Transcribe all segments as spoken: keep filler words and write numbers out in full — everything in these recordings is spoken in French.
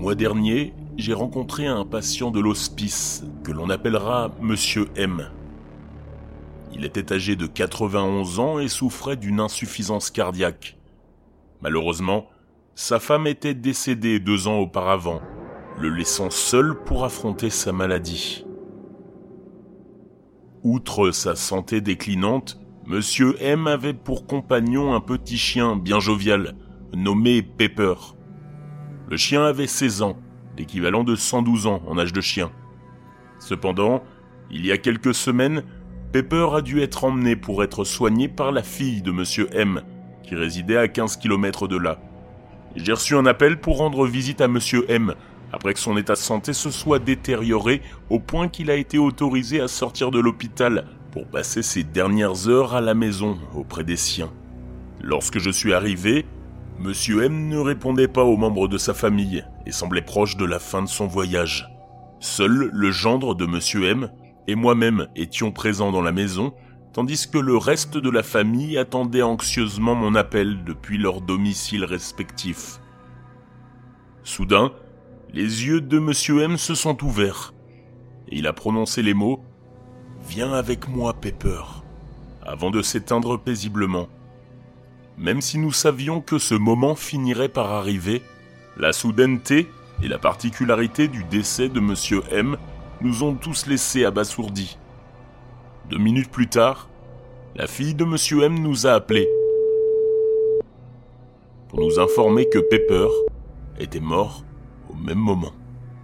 mois dernier, j'ai rencontré un patient de l'hospice que l'on appellera Monsieur M. Il était âgé de quatre-vingt-onze ans et souffrait d'une insuffisance cardiaque. Malheureusement, sa femme était décédée deux ans auparavant, le laissant seul pour affronter sa maladie. Outre sa santé déclinante, Monsieur M avait pour compagnon un petit chien bien jovial, nommé Pepper. Le chien avait seize ans, l'équivalent de cent douze ans en âge de chien. Cependant, il y a quelques semaines, Pepper a dû être emmené pour être soigné par la fille de Monsieur M, qui résidait à quinze kilomètres de là. J'ai reçu un appel pour rendre visite à Monsieur M, après que son état de santé se soit détérioré au point qu'il a été autorisé à sortir de l'hôpital pour passer ses dernières heures à la maison auprès des siens. Lorsque je suis arrivé, Monsieur M ne répondait pas aux membres de sa famille et semblait proche de la fin de son voyage. Seul le gendre de Monsieur M et moi-même étions présents dans la maison, tandis que le reste de la famille attendait anxieusement mon appel depuis leurs domiciles respectifs. Soudain, les yeux de Monsieur M se sont ouverts et il a prononcé les mots « Viens avec moi, Pepper », avant de s'éteindre paisiblement. Même si nous savions que ce moment finirait par arriver, la soudaineté et la particularité du décès de Monsieur M nous ont tous laissés abasourdis. Deux minutes plus tard, la fille de Monsieur M nous a appelés pour nous informer que Pepper était mort au même moment.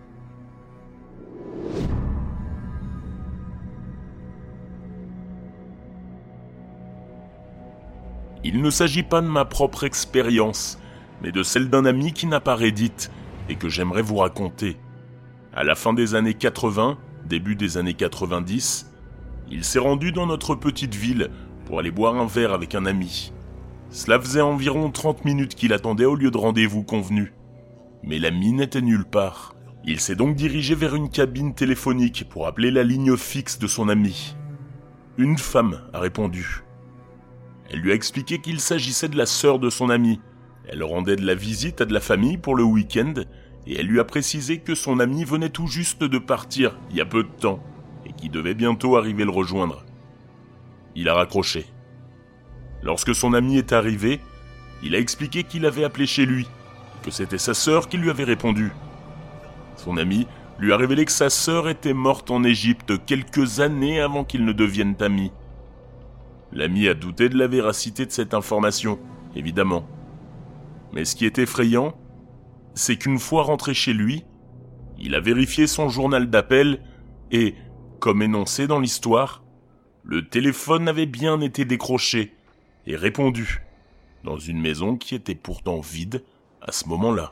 Il ne s'agit pas de ma propre expérience, mais de celle d'un ami qui n'a pas Reddit et que j'aimerais vous raconter. À la fin des années quatre-vingts, début des années quatre-vingt-dix, il s'est rendu dans notre petite ville pour aller boire un verre avec un ami. Cela faisait environ trente minutes qu'il attendait au lieu de rendez-vous convenu. Mais l'ami n'était nulle part. Il s'est donc dirigé vers une cabine téléphonique pour appeler la ligne fixe de son ami. Une femme a répondu. Elle lui a expliqué qu'il s'agissait de la sœur de son ami. Elle rendait de la visite à de la famille pour le week-end et elle lui a précisé que son ami venait tout juste de partir il y a peu de temps et qu'il devait bientôt arriver le rejoindre. Il a raccroché. Lorsque son ami est arrivé, il a expliqué qu'il avait appelé chez lui, que c'était sa sœur qui lui avait répondu. Son ami lui a révélé que sa sœur était morte en Égypte quelques années avant qu'ils ne deviennent amis. L'ami a douté de la véracité de cette information, évidemment. Mais ce qui est effrayant, c'est qu'une fois rentré chez lui, il a vérifié son journal d'appel et, comme énoncé dans l'histoire, le téléphone avait bien été décroché et répondu, dans une maison qui était pourtant vide à ce moment-là.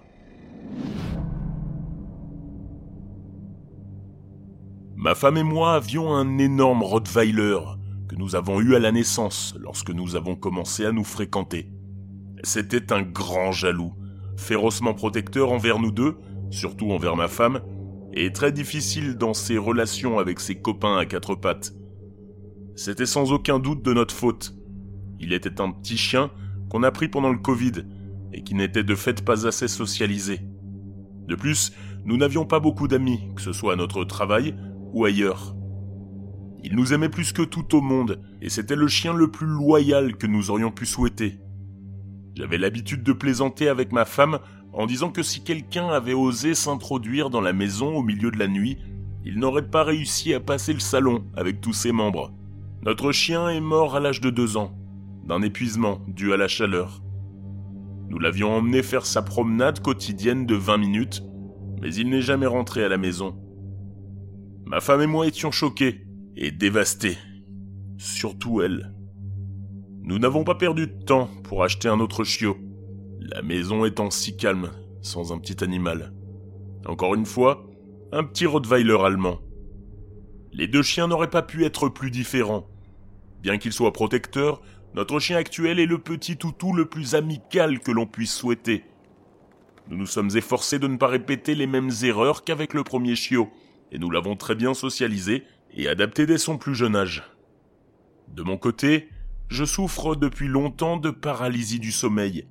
Ma femme et moi avions un énorme Rottweiler que nous avons eu à la naissance lorsque nous avons commencé à nous fréquenter. C'était un grand jaloux, férocement protecteur envers nous deux, surtout envers ma femme, et très difficile dans ses relations avec ses copains à quatre pattes. C'était sans aucun doute de notre faute. Il était un petit chien qu'on a pris pendant le Covid et qui n'était de fait pas assez socialisé. De plus, nous n'avions pas beaucoup d'amis, que ce soit à notre travail ou ailleurs. Il nous aimait plus que tout au monde, et c'était le chien le plus loyal que nous aurions pu souhaiter. J'avais l'habitude de plaisanter avec ma femme en disant que si quelqu'un avait osé s'introduire dans la maison au milieu de la nuit, il n'aurait pas réussi à passer le salon avec tous ses membres. Notre chien est mort à l'âge de deux ans, d'un épuisement dû à la chaleur. Nous l'avions emmené faire sa promenade quotidienne de vingt minutes, mais il n'est jamais rentré à la maison. Ma femme et moi étions choqués et dévastés. Surtout elle. Nous n'avons pas perdu de temps pour acheter un autre chiot, la maison étant si calme sans un petit animal. Encore une fois, un petit Rottweiler allemand. Les deux chiens n'auraient pas pu être plus différents. Bien qu'il soit protecteur, notre chien actuel est le petit toutou le plus amical que l'on puisse souhaiter. Nous nous sommes efforcés de ne pas répéter les mêmes erreurs qu'avec le premier chiot, et nous l'avons très bien socialisé et adapté dès son plus jeune âge. De mon côté, je souffre depuis longtemps de paralysie du sommeil,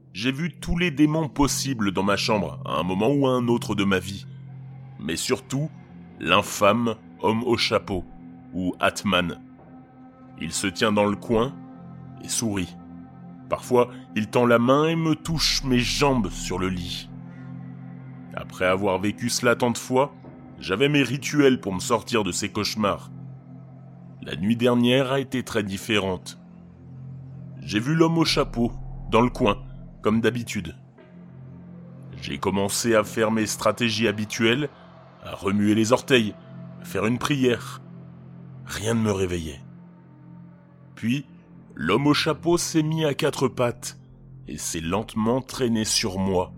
J'ai vu tous les démons possibles dans ma chambre à un moment ou à un autre de ma vie. Mais surtout, l'infâme homme au chapeau, ou Atman. Il se tient dans le coin et sourit. Parfois, il tend la main et me touche mes jambes sur le lit. Après avoir vécu cela tant de fois, j'avais mes rituels pour me sortir de ces cauchemars. La nuit dernière a été très différente. J'ai vu l'homme au chapeau, dans le coin, comme d'habitude. J'ai commencé à faire mes stratégies habituelles, à remuer les orteils, à faire une prière. Rien ne me réveillait. Puis, l'homme au chapeau s'est mis à quatre pattes et s'est lentement traîné sur moi.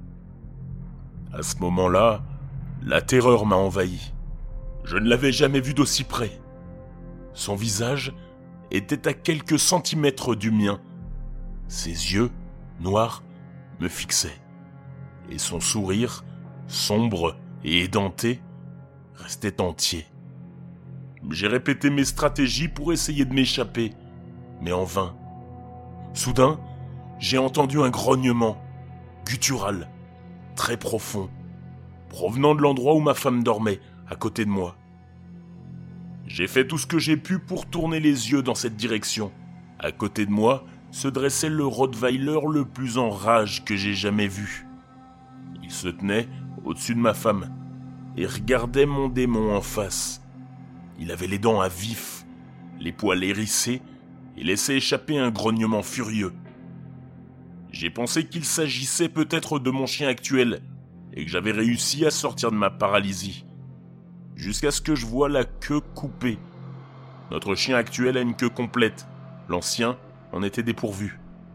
À ce moment-là, la terreur m'a envahi. Je ne l'avais jamais vu d'aussi près. Son visage était à quelques centimètres du mien. Ses yeux, noirs, me fixaient. Et son sourire, sombre et édenté, restait entier. J'ai répété mes stratégies pour essayer de m'échapper, mais en vain. Soudain, j'ai entendu un grognement, guttural, très profond, provenant de l'endroit où ma femme dormait, à côté de moi. J'ai fait tout ce que j'ai pu pour tourner les yeux dans cette direction. À côté de moi se dressait le Rottweiler le plus en rage que j'ai jamais vu. Il se tenait au-dessus de ma femme et regardait mon démon en face. Il avait les dents à vif, les poils hérissés et laissait échapper un grognement furieux. J'ai pensé qu'il s'agissait peut-être de mon chien actuel et que j'avais réussi à sortir de ma paralysie. Jusqu'à ce que je voie la queue coupée. Notre chien actuel a une queue complète. L'ancien en était dépourvu.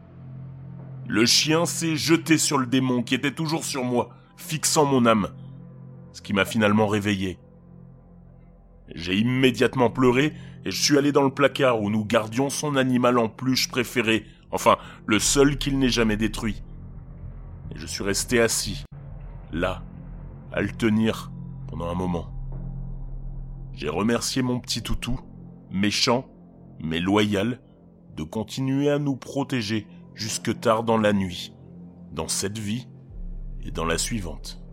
Le chien s'est jeté sur le démon qui était toujours sur moi, fixant mon âme, ce qui m'a finalement réveillé. J'ai immédiatement pleuré et je suis allé dans le placard où nous gardions son animal en peluche préféré, enfin, le seul qu'il n'ait jamais détruit. Et je suis resté assis, là, à le tenir pendant un moment. J'ai remercié mon petit toutou, méchant, mais loyal, de continuer à nous protéger jusque tard dans la nuit, dans cette vie et dans la suivante.